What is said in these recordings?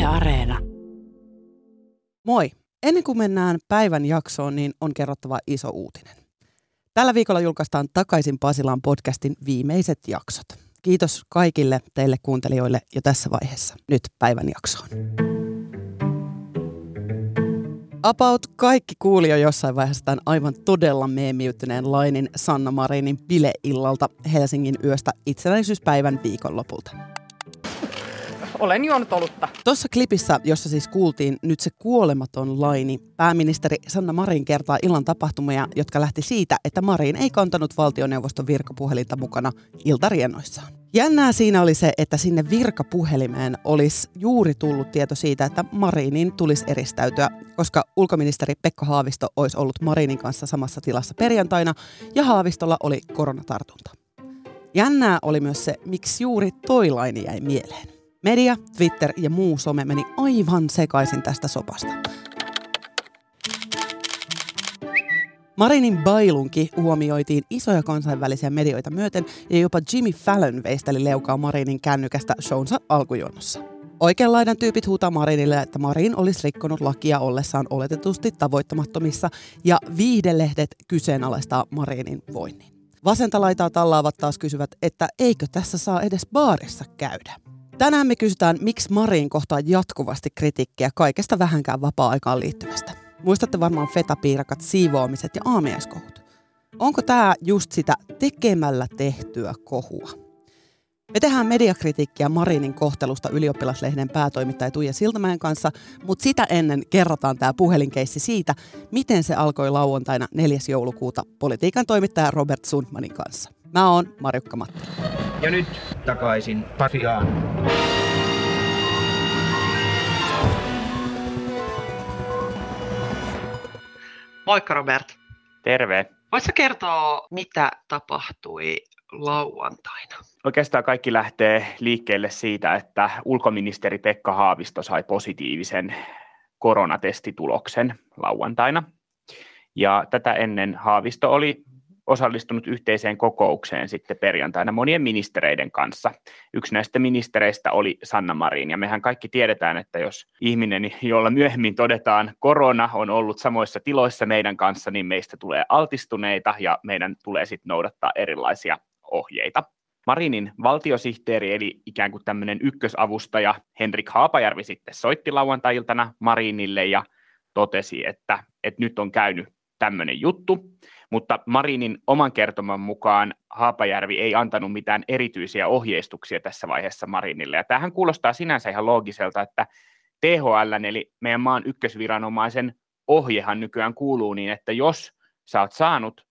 Yle Areena. Moi! Ennen kuin mennään päivän jaksoon, niin on kerrottava iso uutinen. Tällä viikolla julkaistaan Takaisin Pasilaan podcastin viimeiset jaksot. Kiitos kaikille teille kuuntelijoille jo tässä vaiheessa. Nyt päivän jaksoon. About kaikki kuuli jo jossain vaiheessa tämän aivan todella meemiytyneen lainin Sanna Marinin bileillalta Helsingin yöstä itsenäisyyspäivän viikonlopulta. Olen juonut olutta. Tuossa klipissä, jossa siis kuultiin nyt se kuolematon laini, pääministeri Sanna Marin kertaa illan tapahtumia, jotka lähti siitä, että Marin ei kantanut valtioneuvoston virkapuhelinta mukana iltariennoissaan. Jännää siinä oli se, että sinne virkapuhelimeen olisi juuri tullut tieto siitä, että Marinin tulisi eristäytyä, koska ulkoministeri Pekka Haavisto olisi ollut Marinin kanssa samassa tilassa perjantaina ja Haavistolla oli koronatartunta. Jännää oli myös se, miksi juuri toi laini jäi mieleen. Media, Twitter ja muu some meni aivan sekaisin tästä sopasta. Marinin bailunki huomioitiin isoja kansainvälisiä medioita myöten ja jopa Jimmy Fallon veisteli leukaa Marinin kännykästä shownsa alkujuonnossa. Oikean laidan tyypit huutaa Marinille, että Marin olisi rikkonut lakia ollessaan oletetusti tavoittamattomissa ja viihdelehdet kyseenalaistaa Marinin voinnin. Vasenta laitaa tallaavat taas kysyvät, että eikö tässä saa edes baarissa käydä. Tänään me kysytään, miksi Marin kohtaa jatkuvasti kritiikkiä kaikesta vähänkään vapaa-aikaan liittyvästä. Muistatte varmaan fetapiirakat, siivoamiset ja aamiaiskohut. Onko tämä just sitä tekemällä tehtyä kohua? Me tehdään mediakritiikkiä Marinin kohtelusta Ylioppilaslehden päätoimittaja Tuija Siltamäen kanssa, mutta sitä ennen kerrotaan tämä puhelinkeissi siitä, miten se alkoi lauantaina 4. joulukuuta politiikan toimittaja Robert Sundmanin kanssa. Mä oon Marjukka Mattila. Ja nyt takaisin Pasilaan. Moikka Robert. Terve. Voitko kertoa, mitä tapahtui lauantaina? Oikeastaan kaikki lähtee liikkeelle siitä, että ulkoministeri Pekka Haavisto sai positiivisen koronatestituloksen lauantaina. Ja tätä ennen Haavisto oli osallistunut yhteiseen kokoukseen sitten perjantaina monien ministereiden kanssa. Yksi näistä ministereistä oli Sanna Marin, ja mehän kaikki tiedetään, että jos ihminen, jolla myöhemmin todetaan korona, on ollut samoissa tiloissa meidän kanssa, niin meistä tulee altistuneita ja meidän tulee sitten noudattaa erilaisia ohjeita. Marinin valtiosihteeri, eli ikään kuin tämmöinen ykkösavustaja Henrik Haapajärvi sitten soitti lauantai-iltana Marinille ja totesi, että nyt on käynyt tämmöinen juttu, mutta Marinin oman kertoman mukaan Haapajärvi ei antanut mitään erityisiä ohjeistuksia tässä vaiheessa Marinille. Ja tämähän kuulostaa sinänsä ihan loogiselta, että THL, eli meidän maan ykkösviranomaisen ohjehan nykyään kuuluu niin, että jos sä oot saanut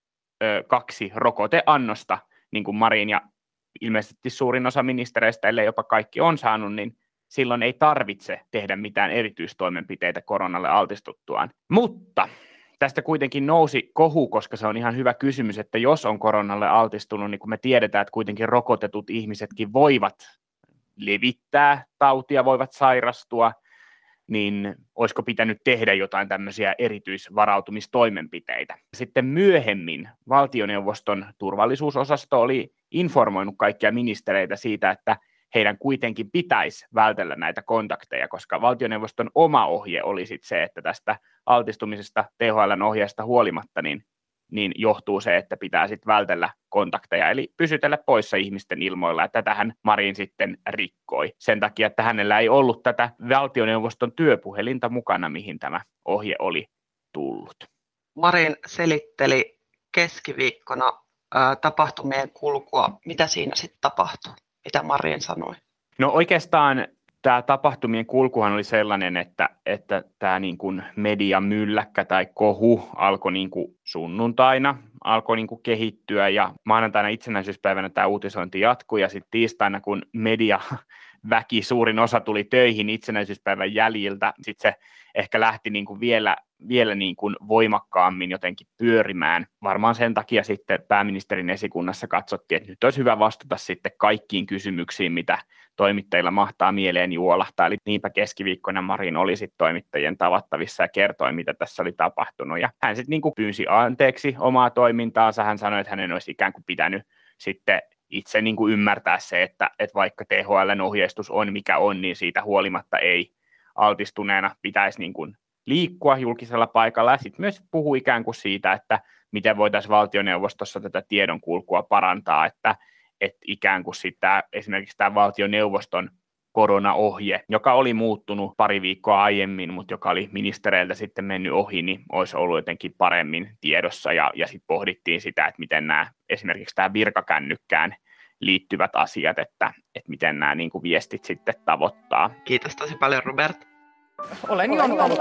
2 rokoteannosta, niin kuin Marin ja ilmeisesti suurin osa ministereistä, ellei jopa kaikki on saanut, niin silloin ei tarvitse tehdä mitään erityistoimenpiteitä koronalle altistuttuaan. Mutta tästä kuitenkin nousi kohu, koska se on ihan hyvä kysymys, että jos on koronalle altistunut, niin kun me tiedetään, että kuitenkin rokotetut ihmisetkin voivat levittää tautia, voivat sairastua, niin olisiko pitänyt tehdä jotain tämmöisiä erityisvarautumistoimenpiteitä. Sitten myöhemmin valtioneuvoston turvallisuusosasto oli informoinut kaikkia ministereitä siitä, että heidän kuitenkin pitäisi vältellä näitä kontakteja, koska valtioneuvoston oma ohje oli sitten se, että tästä altistumisesta THL:n ohjeesta huolimatta niin johtuu se, että pitää sitten vältellä kontakteja, eli pysytellä poissa ihmisten ilmoilla, ja tätähän Marin sitten rikkoi. Sen takia, että hänellä ei ollut tätä valtioneuvoston työpuhelinta mukana, mihin tämä ohje oli tullut. Marin selitteli keskiviikkona tapahtumien kulkua. Mitä siinä sitten tapahtui? Mitä Marin sanoi? No oikeastaan tämä tapahtumien kulkuhan oli sellainen, että tämä niin kuin mediamylläkkä tai kohu alkoi niin kuin sunnuntaina, alkoi niin kuin kehittyä ja maanantaina itsenäisyyspäivänä tämä uutisointi jatkui ja sitten tiistaina, kun mediaväki suurin osa tuli töihin itsenäisyyspäivän jäljiltä, sitten se ehkä lähti niin kuin vielä niin kuin voimakkaammin jotenkin pyörimään. Varmaan sen takia sitten pääministerin esikunnassa katsottiin, että nyt olisi hyvä vastata sitten kaikkiin kysymyksiin, mitä toimittajilla mahtaa mieleen juolahtaa. Eli niinpä keskiviikkona Marin oli sitten toimittajien tavattavissa ja kertoi, mitä tässä oli tapahtunut. Ja hän sitten niin kuin pyysi anteeksi omaa toimintaansa. Hän sanoi, että hänen olisi ikään kuin pitänyt sitten itse niin kuin ymmärtää se, että vaikka THL:n ohjeistus on mikä on, niin siitä huolimatta ei altistuneena pitäisi niin kuin liikkua julkisella paikalla, ja sitten myös puhuu ikään kuin siitä, että miten voitaisiin valtioneuvostossa tätä tiedonkulkua parantaa, että ikään kuin esimerkiksi tämä valtioneuvoston koronaohje, joka oli muuttunut pari viikkoa aiemmin, mutta joka oli ministereiltä sitten mennyt ohi, niin olisi ollut jotenkin paremmin tiedossa, ja sitten pohdittiin sitä, että miten nämä esimerkiksi tämä virkakännykkään liittyvät asiat, että miten nämä niin kuin viestit sitten tavoittaa. Kiitos tosi paljon, Robert. Olen jontanut.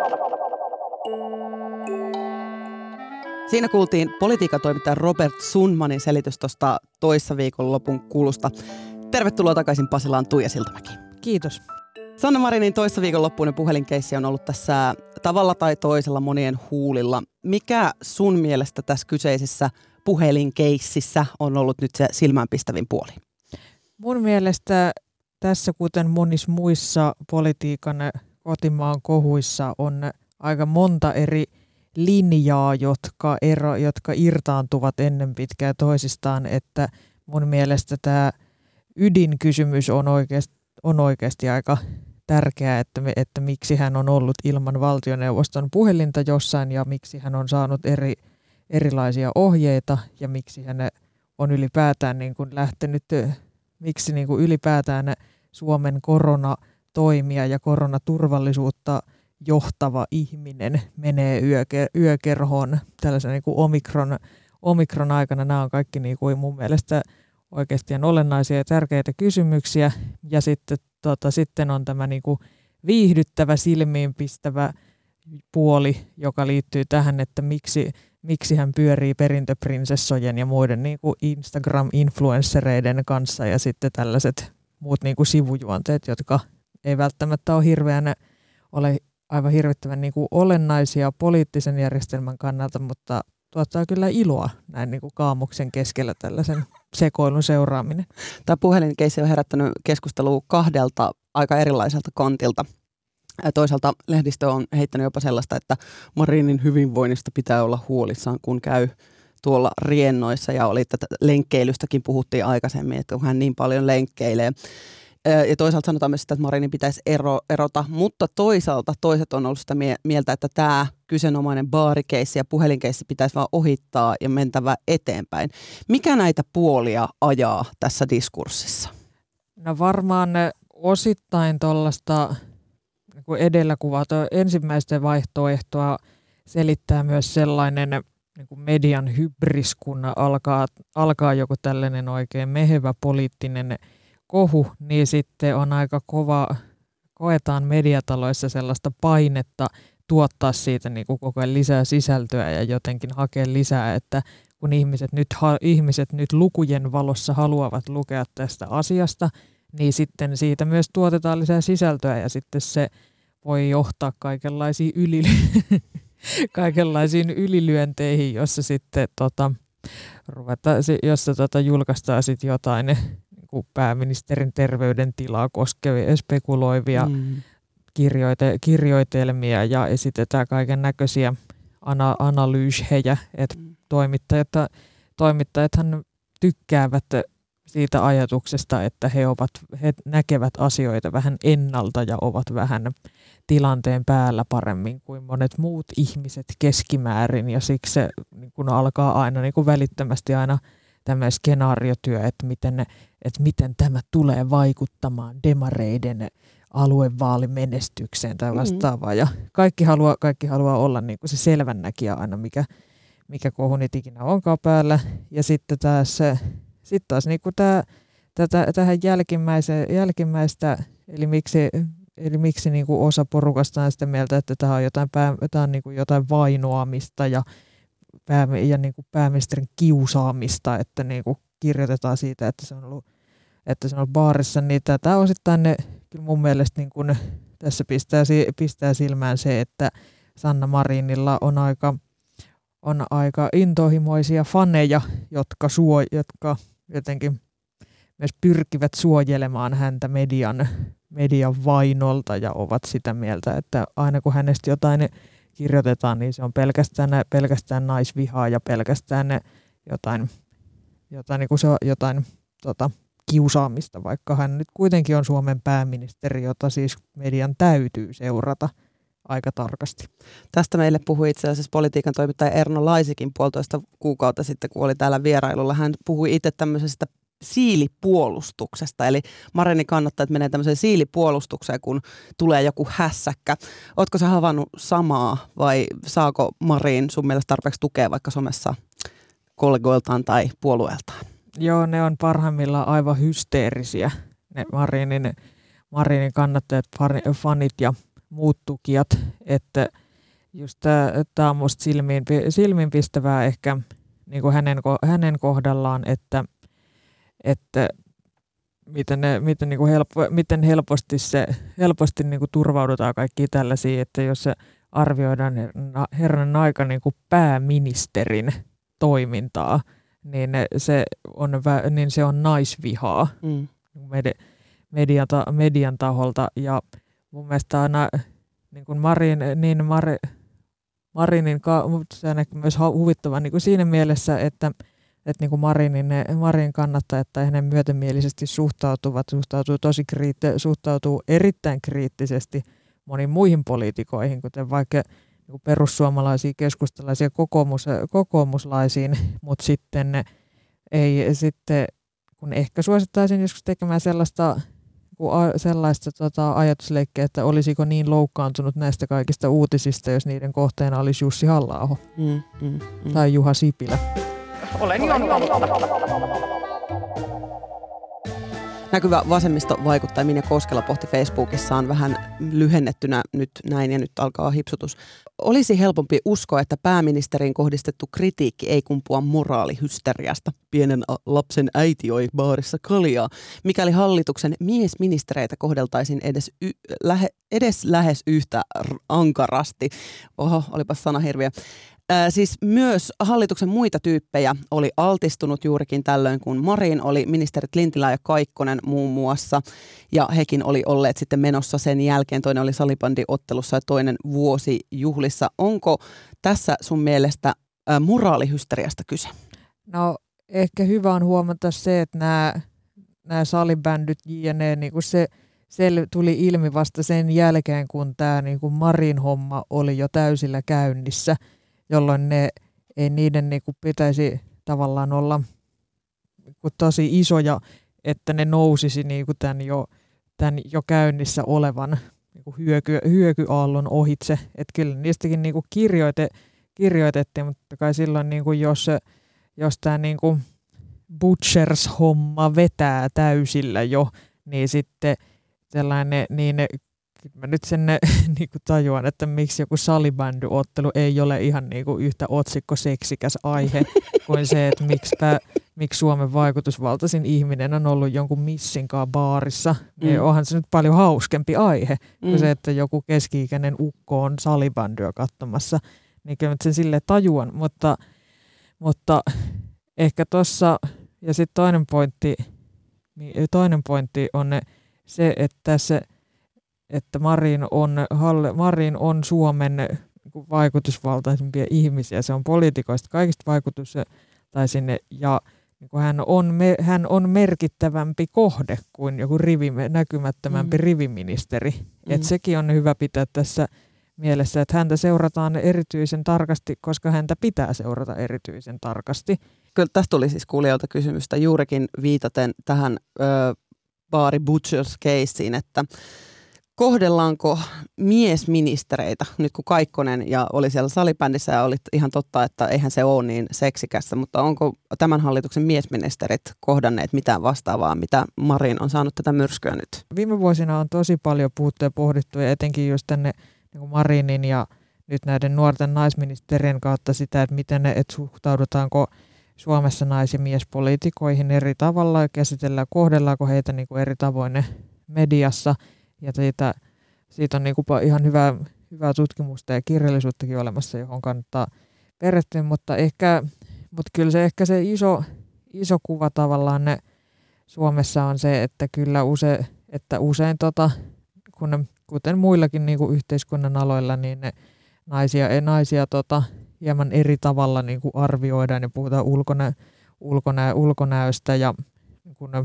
Siinä kuultiin politiikan toimittaja Robert Sundmanin selitys tuosta toissa viikonlopun kulusta. Tervetuloa takaisin Pasilaan, Tuija Siltamäki. Kiitos. Sanna Marinin toissa viikonloppuinen puhelinkeissi on ollut tässä tavalla tai toisella monien huulilla. Mikä sun mielestä tässä kyseisessä puhelinkeississä on ollut nyt se silmäänpistävin puoli? Mun mielestä tässä, kuten monissa muissa politiikan kotimaan kohuissa, on aika monta eri linjaa, jotka irtaantuvat ennen pitkää toisistaan, että mun mielestä tämä ydinkysymys on oikeasti aika tärkeää, että miksi hän on ollut ilman valtioneuvoston puhelinta jossain ja miksi hän on saanut erilaisia ohjeita ja miksi hän on ylipäätään niin kuin lähtenyt, miksi niin kuin ylipäätään Suomen koronatoimia ja koronaturvallisuutta johtava ihminen menee yökerhoon tällaisen niin kuin omikron aikana. Nämä on kaikki niin kuin mun mielestä oikeasti olennaisia ja tärkeitä kysymyksiä. Ja sitten on tämä niin kuin viihdyttävä, silmiinpistävä puoli, joka liittyy tähän, että miksi hän pyörii perintöprinsessojen ja muiden niin kuin Instagram-influenssereiden kanssa ja sitten tällaiset muut niin kuin sivujuonteet, jotka ei välttämättä ole aivan hirvittävän niin kuin olennaisia poliittisen järjestelmän kannalta, mutta tuottaa kyllä iloa näin niin kuin kaamuksen keskellä tällaisen sekoilun seuraaminen. Tämä puhelinkeissi on herättänyt keskustelua kahdelta aika erilaiselta kantilta. Toisaalta lehdistö on heittänyt jopa sellaista, että Marinin hyvinvoinnista pitää olla huolissaan, kun käy tuolla riennoissa, ja oli tätä lenkkeilystäkin puhuttiin aikaisemmin, että hän niin paljon lenkkeilee. Ja toisaalta sanotaan myös sitä, että Marinin pitäisi erota, mutta toisaalta toiset on ollut sitä mieltä, että tämä kyseenomainen baarikeissi ja puhelinkeissi pitäisi vaan ohittaa ja mentävä eteenpäin. Mikä näitä puolia ajaa tässä diskurssissa? No varmaan osittain tuollaista niin edellä kuvata ensimmäistä vaihtoehtoa selittää myös sellainen niin kuin median hybris, kun alkaa joku tällainen oikein mehevä poliittinen kohu, niin sitten on aika koetaan mediataloissa sellaista painetta tuottaa siitä niin kuin koko ajan lisää sisältöä ja jotenkin hakea lisää, että kun ihmiset nyt lukujen valossa haluavat lukea tästä asiasta, niin sitten siitä myös tuotetaan lisää sisältöä ja sitten se voi johtaa kaikenlaisiin ylilyönteihin, jossa sitten julkaistaan sitten jotain niin kuin pääministerin terveydentilaa koskevia spekuloivia kirjoitelmia ja esitetään kaiken näköisiä analyysejä, että toimittajathan tykkäävät siitä ajatuksesta, että he näkevät asioita vähän ennalta ja ovat vähän tilanteen päällä paremmin kuin monet muut ihmiset keskimäärin, ja siksi se niin kun alkaa aina niin kun välittömästi aina tämä skenaariotyö, että miten tämä tulee vaikuttamaan demareiden aluevaalimenestykseen tai vastaavaa. Ja kaikki haluaa olla niin kuin se selvännäkijä aina, mikä kohun ikinä onkaan päällä. Ja sitten taas niin kuin tähän jälkimmäistä, eli miksi niin kuin osa porukasta on sitä mieltä, että tämä on niin kuin jotain vainoamista ja niin kuin pääministerin kiusaamista, että niin kuin kirjoitetaan siitä, että se on ollut baarissa, niin tätä osittain kyllä mun mielestä niin kuin tässä pistää silmään se, että Sanna Marinilla on aika intohimoisia faneja, jotka jotenkin myös pyrkivät suojelemaan häntä median vainolta ja ovat sitä mieltä, että aina kun hänestä jotain kirjoitetaan, niin se on pelkästään naisvihaa ja pelkästään jotain kiusaamista, vaikka hän nyt kuitenkin on Suomen pääministeri, jota siis median täytyy seurata aika tarkasti. Tästä meille puhui itse asiassa politiikan toimittaja Erno Laisikin 1,5 kuukautta sitten, kun oli täällä vierailulla. Hän puhui itse tämmöisestä siilipuolustuksesta, eli Marinin kannattaa, että menee tämmöiseen siilipuolustukseen, kun tulee joku hässäkkä. Ootko sä havainnut samaa vai saako Marin sun mielestä tarpeeksi tukea vaikka somessa kollegoiltaan tai puolueeltaan? Joo, ne on parhaimmillaan aivan hysteerisiä, ne Marinin kannattajat, fanit ja muut tukijat, että just tämä on musta silmiinpistävää ehkä niin kuin hänen kohdallaan, että miten helposti niin kuin turvaudutaan kaikkiin tällaisiin, että jos se arvioidaan herran aika niin kuin pääministerin toimintaa, niin se on naisvihaa median taholta. Ja mun mielestä aina niin kuin Marinin se on ehkä myös huvittava niin kuin siinä mielessä, että niin kuin Marinin kannattajat tai hänen myötämielisesti suhtautuu erittäin kriittisesti moniin muihin poliitikoihin, kuten vaikka niin perussuomalaisiin, keskustalaisiin ja kokoomuslaisiin, mutta sitten kun ehkä suosittaisin joskus tekemään sellaista ajatusleikkiä, että olisiko niin loukkaantunut näistä kaikista uutisista, jos niiden kohteena olisi Jussi Halla-aho tai Juha Sipilä. Olen Näkyvä vasemmistovaikuttaja Minja Koskela pohti Facebookissaan vähän lyhennettynä nyt näin ja nyt alkaa hipsutus. Olisi helpompi uskoa, että pääministeriin kohdistettu kritiikki ei kumpua moraalihysteriasta. Pienen lapsen äiti joi baarissa kaljaa. Mikäli hallituksen miesministereitä kohdeltaisiin edes lähes yhtä ankarasti. Oho, olipas sana hirviö. Siis myös hallituksen muita tyyppejä oli altistunut juurikin tällöin, kun Marin oli ministerit Lintilä ja Kaikkonen muun muassa. Ja hekin oli olleet sitten menossa sen jälkeen. Toinen oli salibändiottelussa ja toinen vuosijuhlissa. Onko tässä sun mielestä moraalihysteriasta kyse? No ehkä hyvä on huomata se, että nämä salibändyt jne. Niin se tuli ilmi vasta sen jälkeen, kun tämä niin kuin Marin homma oli jo täysillä käynnissä, jolloin ei niiden niin kuin pitäisi tavallaan olla tosi isoja, että ne nousisi niin kuin tämän jo käynnissä olevan niin kuin hyökyaallon ohitse. Että kyllä niistäkin niin kuin kirjoitettiin, mutta kai silloin niin kuin jos tämä niin kuin Butchers-homma vetää täysillä jo, niin sitten sellainen, niin mä nyt sen niin kuin tajuan, että miksi joku salibändyottelu ei ole ihan niin kuin yhtä otsikkoseksikäs aihe kuin se, että miksi Suomen vaikutusvaltaisin ihminen on ollut jonkun missinkaan baarissa. Niin onhan se nyt paljon hauskempi aihe kuin se, että joku keski-ikäinen ukko on salibändyä katsomassa. Niin kyllä mä sen silleen tajuan, mutta ehkä tuossa, ja sitten toinen pointti on se, että tässä että Marin on Suomen vaikutusvaltaisimpia ihmisiä. Se on poliitikoista kaikista vaikutusvaltaisin ja hän on merkittävämpi kohde kuin joku näkymättömämpi riviministeri. Et sekin on hyvä pitää tässä mielessä, että häntä seurataan erityisen tarkasti, koska häntä pitää seurata erityisen tarkasti. Kyllä tästä tuli siis kuulijoilta kysymystä juurikin viitaten tähän baari Butchers-keissiin, että kohdellaanko miesministereitä, nyt kun Kaikkonen ja oli siellä salibändissä ja oli ihan totta, että eihän se ole niin seksikästä, mutta onko tämän hallituksen miesministerit kohdanneet mitään vastaavaa, mitä Marin on saanut tätä myrskyä nyt? Viime vuosina on tosi paljon puhuttu ja pohdittu ja etenkin just tänne niin Marinin ja nyt näiden nuorten naisministerien kautta sitä, että miten että suhtaudutaanko Suomessa nais- ja miespoliitikoihin eri tavalla ja kohdellaanko heitä niin kuin eri tavoin mediassa. Ja siitä on niin kuin ihan hyvää tutkimusta ja kirjallisuuttakin olemassa, johon kannattaa perehtyä, mutta kyllä se iso kuva tavallaan Suomessa on se, että kyllä usein kuten muillakin niin kuin yhteiskunnan aloilla, niin ne naisia hieman eri tavalla niin kuin arvioidaan ja puhutaan ulkonäöstä ja kun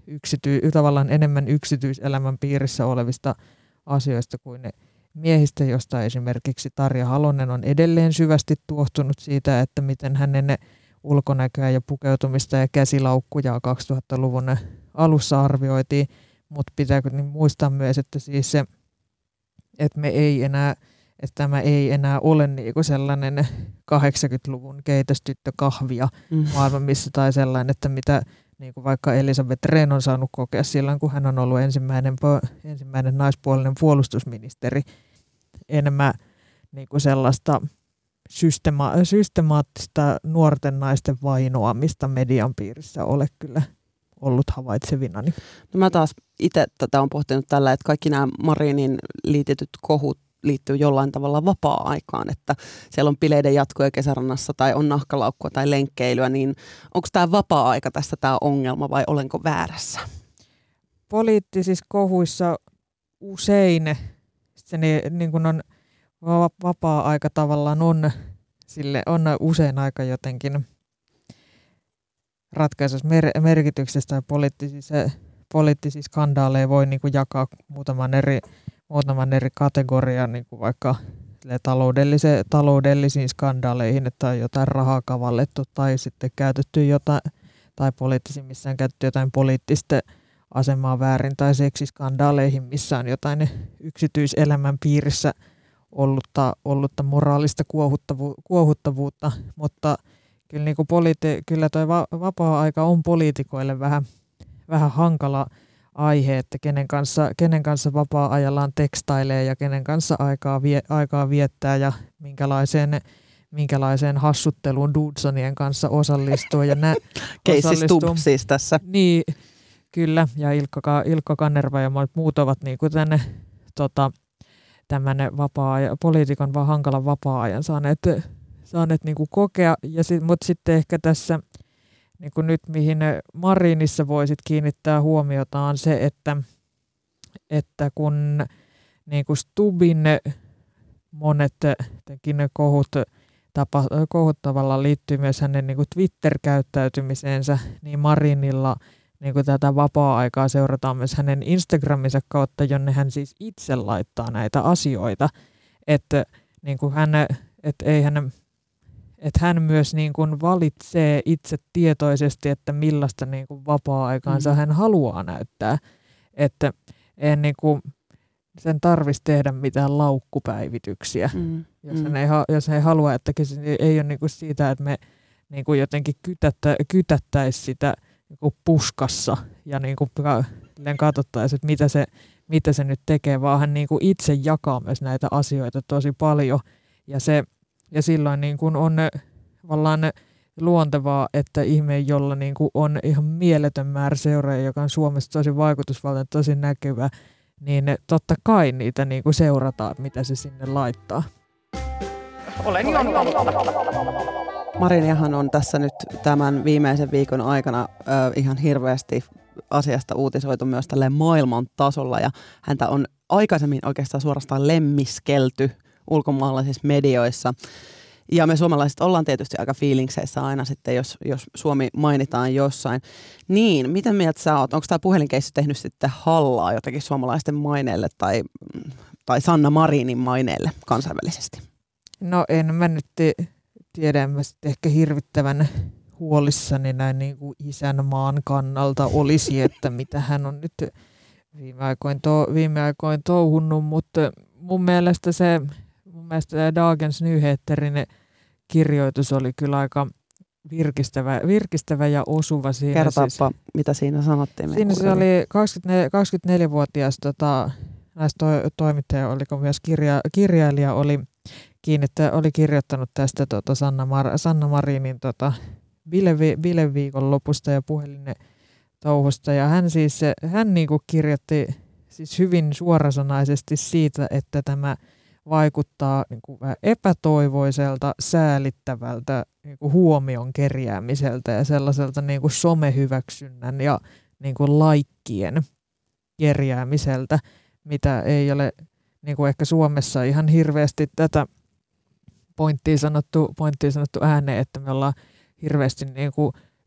tavallaan enemmän yksityiselämän piirissä olevista asioista kuin ne miehistä, josta esimerkiksi Tarja Halonen on edelleen syvästi tuohtunut siitä, että miten hänen ulkonäköä ja pukeutumista ja käsilaukkuja 2000-luvun alussa arvioitiin, mutta pitääkö niin muistaa myös, että siis se, että tämä ei enää ole niinku sellainen 80-luvun keitöstyttö kahvia maailma missä tai sellainen, että mitä niinku vaikka Elisabeth Rehn on saanut kokea silloin, kun hän on ollut ensimmäinen naispuolinen puolustusministeri. Enemmän niinku sellaista systemaattista nuorten naisten vainoamista median piirissä ole kyllä ollut havaitsevinani. No mä taas itse tätä on pohtinut tällä, että kaikki nämä Marinin liitetyt kohut liittyy jollain tavalla vapaa-aikaan, että siellä on bileiden jatkoja kesärannassa tai on nahkalaukkua tai lenkkeilyä, niin onko tämä vapaa-aika tässä tämä ongelma vai olenko väärässä? Poliittisissa kohuissa usein se niin kuin on vapaa-aika tavallaan on usein aika jotenkin ratkaisussa merkityksestä ja poliittisia skandaaleja voi niin kuin jakaa muutaman eri kategorian, niin kuin vaikka taloudellisiin skandaaleihin, että on jotain rahaa kavallettu tai sitten käytetty jotain, tai poliittisimmissaan käytetty jotain poliittista asemaa väärin, tai seksiskandaaleihin, missä on jotain yksityiselämän piirissä ollutta moraalista kuohuttavuutta, mutta kyllä, niin kuin kyllä tuo vapaa-aika on poliitikoille vähän hankala aihe, että kenen kanssa vapaa-ajallaan tekstailee ja kenen kanssa aikaa viettää ja minkälaiseen hassutteluun Dudesonien kanssa osallistuu. Casey Stubb siis tässä. Niin, kyllä, ja Ilkka Kanerva ja muut ovat niinku tämmöinen poliitikon vaan hankalan vapaa-ajan saaneet niinku kokea, mutta sitten ehkä tässä niin kuin nyt, mihin Marinissa voisit kiinnittää huomiota, on se, että kun niin kuin Stubbin monet kohut tavallaan liittyy myös hänen niin kuin Twitter-käyttäytymiseensä, niin Marinilla niin kuin tätä vapaa-aikaa seurataan myös hänen Instagraminsa kautta, jonne hän siis itse laittaa näitä asioita, että niin kuin hän myös niin kuin valitsee itse tietoisesti, että millaista niin kuin vapaa-aikaansa hän haluaa näyttää. Että en niin kuin sen tarvitsisi tehdä mitään laukkupäivityksiä, jos hän ei halua, että se ei ole niin kuin siitä, että me niin kuin jotenkin kytättäisiin sitä niin kuin puskassa ja niin kuin katsottaisiin, että mitä se nyt tekee, vaan hän niin kuin itse jakaa myös näitä asioita tosi paljon ja silloin niin kuin on vallaan luontevaa, että ihminen, jolla niin kuin on ihan mieletön määrä seuraajia, joka on Suomessa tosi vaikutusvaltainen, tosi näkyvä, niin totta kai niitä niin kuin seurataan, mitä se sinne laittaa. Mariniahan on tässä nyt tämän viimeisen viikon aikana ihan hirveästi asiasta uutisoitu myös tälleen maailman tasolla, ja häntä on aikaisemmin oikeastaan suorastaan lemmiskelty ulkomaalaisissa medioissa. Ja me suomalaiset ollaan tietysti aika fiilingseissä aina sitten, jos Suomi mainitaan jossain. Niin, miten mieltä sä oot? Onko tämä puhelinkeissi tehnyt sitten hallaa jotenkin suomalaisten maineelle tai Sanna Marinin maineelle kansainvälisesti? No en mä nyt tiedä, mä sitten ehkä hirvittävän huolissani näin niin kuin isänmaan kannalta olisi, että mitä hän on nyt viime aikoin touhunnut, mutta mun mielestä Dagens Nyheterin kirjoitus oli kyllä aika virkistävä ja osuva. Kertaappa, mitä siinä sanottiin. Siinä se oli 24-vuotias toimittaja, oliko myös kirjailija, oli kirjoittanut tästä Sanna Marinin bileviikon lopusta ja puhelintouhusta. Ja hän niinku kirjoitti siis hyvin suorasanaisesti siitä, että tämä vaikuttaa niin kuin vähän epätoivoiselta, säälittävältä niin kuin huomion kerjäämiseltä ja sellaiselta niin kuin somehyväksynnän ja niin kuin laikkien kerjäämiseltä, mitä ei ole niin kuin ehkä Suomessa ihan hirveästi tätä pointtia sanottu ääneen, että me ollaan hirveästi niin kuin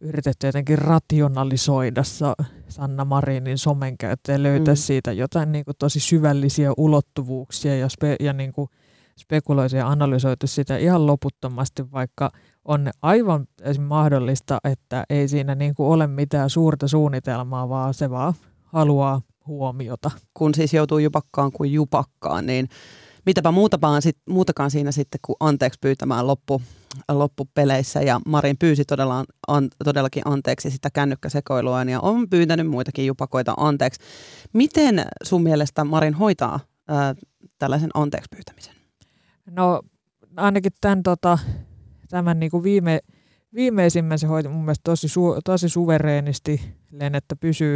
yritetty jotenkin rationalisoida Sanna Marinin somenkäyttöä ja löytää siitä jotain niin kuin tosi syvällisiä ulottuvuuksia ja niin kuin spekuloitu ja analysoitu sitä ihan loputtomasti, vaikka on aivan mahdollista, että ei siinä niin kuin ole mitään suurta suunnitelmaa, vaan se vaan haluaa huomiota. Kun siis joutuu jupakkaan kuin jupakkaan, niin mitäpä muutakaan siinä sitten kuin anteeksi pyytämään loppupeleissä. Ja Marin pyysi todellakin anteeksi sitä kännykkäsekoilua ja on pyytänyt muitakin jupakoita anteeksi. Miten sun mielestä Marin hoitaa tällaisen anteeksi pyytämisen? No ainakin tämän niin kuin viimeisimmän se hoiti mun mielestä tosi suvereenisti, että pysyy,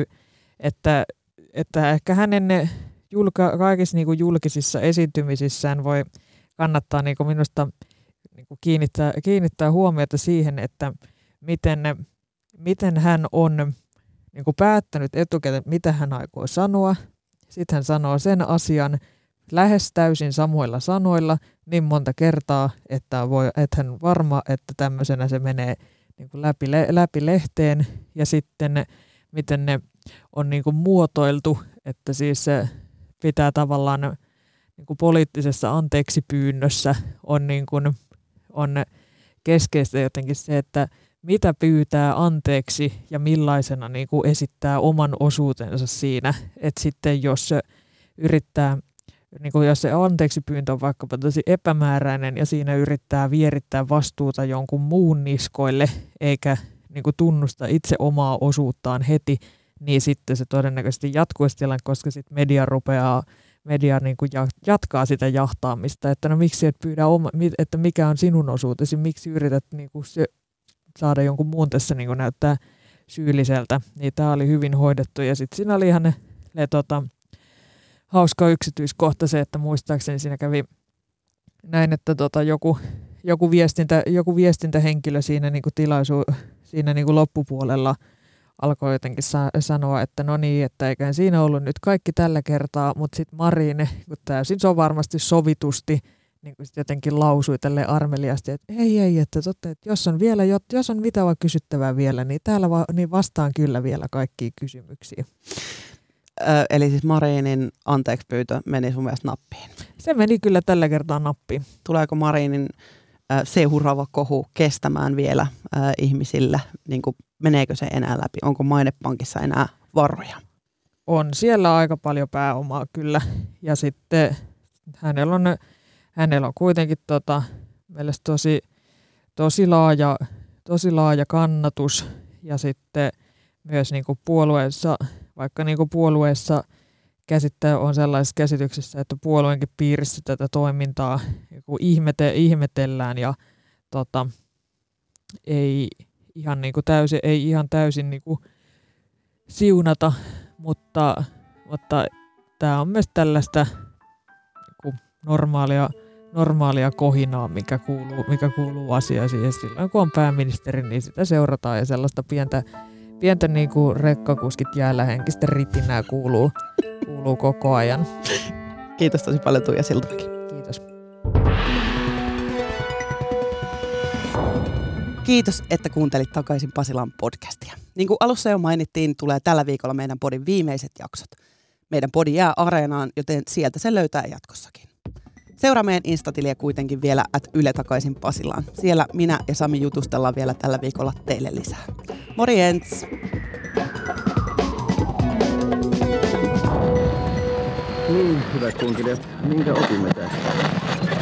että ehkä hänen kaikissa niin kuin julkisissa esiintymisissään voi kannattaa niin kuin minusta niin kuin kiinnittää huomiota siihen, että miten hän on niin kuin päättänyt etukäteen, mitä hän aikoo sanoa. Sitten hän sanoo sen asian lähes täysin samoilla sanoilla niin monta kertaa, että hän varma, että tämmöisenä se menee niin kuin läpi lehteen. Ja sitten miten ne on niin kuin muotoiltu, että siis se pitää tavallaan niin kuin poliittisessa anteeksipyynnössä on keskeistä jotenkin se, että mitä pyytää anteeksi ja millaisena niin kuin esittää oman osuutensa siinä. Että sitten jos se yrittää, niin kuin jos se anteeksipyyntö on vaikkapa tosi epämääräinen ja siinä yrittää vierittää vastuuta jonkun muun niskoille eikä niin kuin tunnusta itse omaa osuuttaan heti, niin sitten se todennäköisesti jatkuisi tilanne, koska sitten media niin kuin jatkaa sitä jahtaamista, että no miksi et pyydä että mikä on sinun osuutesi, miksi yrität niin kuin saada jonkun muun tässä niin kuin näyttää syylliseltä, niin tämä oli hyvin hoidettu ja sitten siinä oli ihan ne hauska yksityiskohta se, että muistaakseni siinä kävi näin, että joku viestintähenkilö siinä niin kuin siinä niin kuin loppupuolella alkoi jotenkin sanoa, että no niin, että eiköhän siinä ollut nyt kaikki tällä kertaa, mutta sitten Marin täysin se on varmasti sovitusti niin kuin jotenkin lausui tälleen armeliasti, että ei, että jos on mitä vaan kysyttävää vielä, niin täällä niin vastaan kyllä vielä kaikkiin kysymyksiin. Eli siis Marinin anteeksipyyntö meni sun mielestä nappiin? Se meni kyllä tällä kertaa nappiin. Tuleeko Marinin seuraava kohu kestämään vielä ihmisillä? Niin kuin, meneekö se enää läpi? Onko Mainepankissa enää varoja? On siellä aika paljon pääomaa kyllä. Ja sitten hänellä on kuitenkin mielestäni tosi laaja kannatus. Ja sitten myös niin kuin puolueessa, vaikka niin kuin puolueessa on sellaisessa käsityksessä, että puolueenkin piirissä tätä toimintaa ihmetellään ja ei ihan täysin niin kuin siunata, mutta tämä on myös tällaista niin normaalia kohinaa, mikä kuuluu asiaan siihen. Silloin kun on pääministeri, niin sitä seurataan ja sellaista pientä niin kuin rekkakuskit jäällä henkistä ritinää kuuluu koko ajan. Kiitos tosi paljon Tuija Siltamäki. Kiitos. Kiitos, että kuuntelit Takaisin Pasilaan podcastia. Niin kuin alussa jo mainittiin, tulee tällä viikolla meidän podin viimeiset jaksot. Meidän podi jää areenaan, joten sieltä se löytää jatkossakin. Seuraa meidän Instatiliä kuitenkin vielä @Yle Takaisin Pasilaan. Siellä minä ja Sami jutustellaan vielä tällä viikolla teille lisää. Morjens! Niin, hyvät kunkilijat, minkä opimme tästä?